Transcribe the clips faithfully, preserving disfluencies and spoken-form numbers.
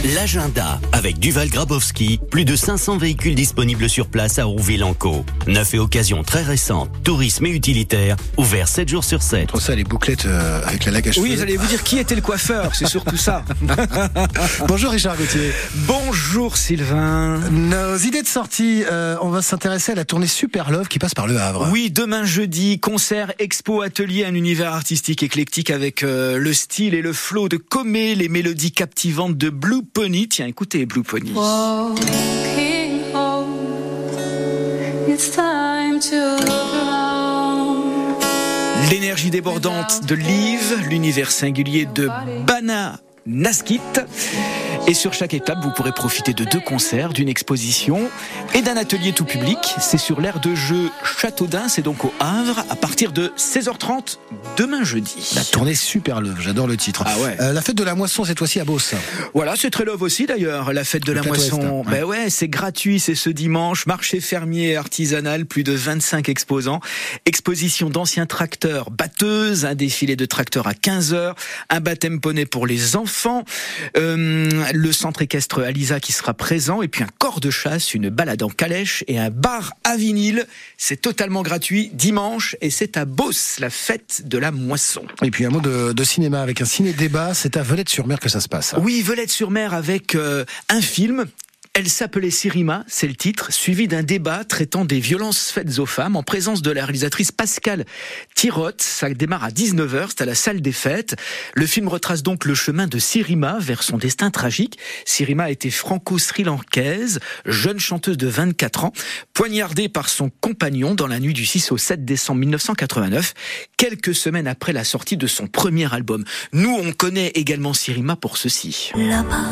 L'agenda avec Duval Grabowski, plus de cinq cents véhicules disponibles sur place à Rouville-en-Caux. Neuf et occasions très récentes, tourisme et utilitaire, ouvert sept jours sur sept. Trop ça, les bouclettes euh, avec la laque à cheveux. Oui, j'allais vous dire qui était le coiffeur, c'est surtout ça. Bonjour Richard Gauthier. Bonjour Sylvain. Nos idées de sortie, euh, on va s'intéresser à la tournée Super Love qui passe par Le Havre. Oui, demain jeudi, concert, expo, atelier, un univers artistique éclectique avec euh, le style et le flow de Comé, les mélodies captivantes de Blue Pony. Tiens, écoutez Blue Pony. Walking home, it's time to look around. L'énergie débordante de Liv, l'univers singulier de Bana Naskit. Et sur chaque étape, vous pourrez profiter de deux concerts, d'une exposition et d'un atelier tout public. C'est sur l'aire de jeu Châteaudun, c'est donc au Havre, à partir de seize heures trente, demain jeudi. La tournée Super Love, j'adore le titre. Ah ouais. Euh, la fête de la moisson, cette fois-ci à Beauce. Voilà, c'est très love aussi d'ailleurs, la fête de Le la plateau moisson. Est, hein. Ben ouais, c'est gratuit, c'est ce dimanche. Marché fermier et artisanal, plus de vingt-cinq exposants. Exposition d'anciens tracteurs, batteuses, un défilé de tracteurs à quinze heures, un baptême poney pour les enfants, euh, le centre équestre Alisa qui sera présent, et puis un corps de chasse, une balade en calèche et un bar à vinyle. C'est totalement gratuit dimanche et c'est à Beauce, la fête de la moisson. Et puis un mot de, de cinéma avec un ciné-débat, c'est à Velette-sur-Mer que ça se passe. Oui, Velette-sur-Mer avec euh, un film. Elle s'appelait Sirima, c'est le titre, suivi d'un débat traitant des violences faites aux femmes en présence de la réalisatrice Pascale Thirotte. Ça démarre à dix-neuf heures, c'est à la salle des fêtes. Le film retrace donc le chemin de Sirima vers son destin tragique. Sirima était franco-sri-lankaise, jeune chanteuse de vingt-quatre ans, poignardée par son compagnon dans la nuit du six au sept décembre mille neuf cent quatre-vingt-neuf, quelques semaines après la sortie de son premier album. Nous, on connaît également Sirima pour ceci. Là-bas,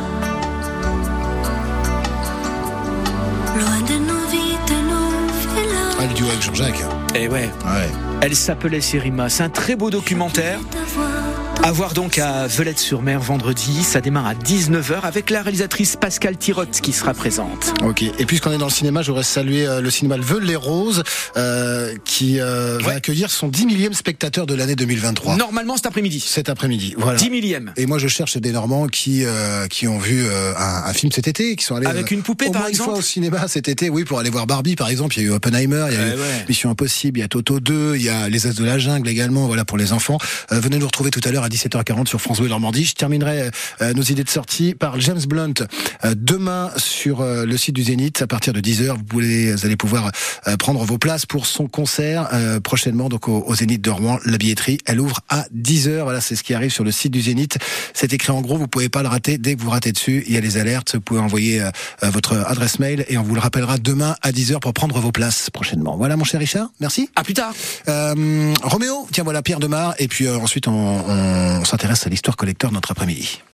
loin de nos vies, de nos villages. Ah, le duo avec Jean-Jacques. Eh ouais. Ouais. Elle s'appelait Sirima. C'est un très beau documentaire. À voir donc à Velette-sur-Mer vendredi. Ça démarre à dix-neuf heures avec la réalisatrice Pascale Thirotte qui sera présente. Ok. Et puisqu'on est dans le cinéma, j'aurais salué euh, le cinéma Le Veul-les-Roses euh, qui euh, Ouais. va accueillir son dix millième spectateur de l'année deux mille vingt-trois. Normalement cet après-midi. Cet après-midi. Voilà. dix millième. Et moi, je cherche des Normands qui euh, qui ont vu euh, un, un film cet été, qui sont allés Avec euh, une poupée, au par moins exemple une fois au cinéma cet été. Oui, pour aller voir Barbie, par exemple. Il y a eu Oppenheimer, il y a Ouais, eu ouais. Mission Impossible, il y a Toto deux, il y a Les As de la Jungle également. Voilà pour les enfants. Euh, venez nous retrouver tout à l'heure à dix-sept heures quarante sur France Bleu Normandie. Je terminerai euh, nos idées de sortie par James Blunt. Euh, demain sur euh, le site du Zénith à partir de dix heures, vous, pouvez, vous allez pouvoir euh, prendre vos places pour son concert euh, prochainement donc au, au Zénith de Rouen. La billetterie, elle ouvre à dix heures. Voilà, c'est ce qui arrive sur le site du Zénith. C'est écrit en gros, vous pouvez pas le rater. Dès que vous ratez dessus, il y a les alertes. Vous pouvez envoyer euh, votre adresse mail et on vous le rappellera demain à dix heures pour prendre vos places prochainement. Voilà mon cher Richard, merci. À plus tard. Euh, Roméo, tiens voilà Pierre Demar et puis euh, ensuite on, on s'intéresse à l'histoire collector notre après-midi.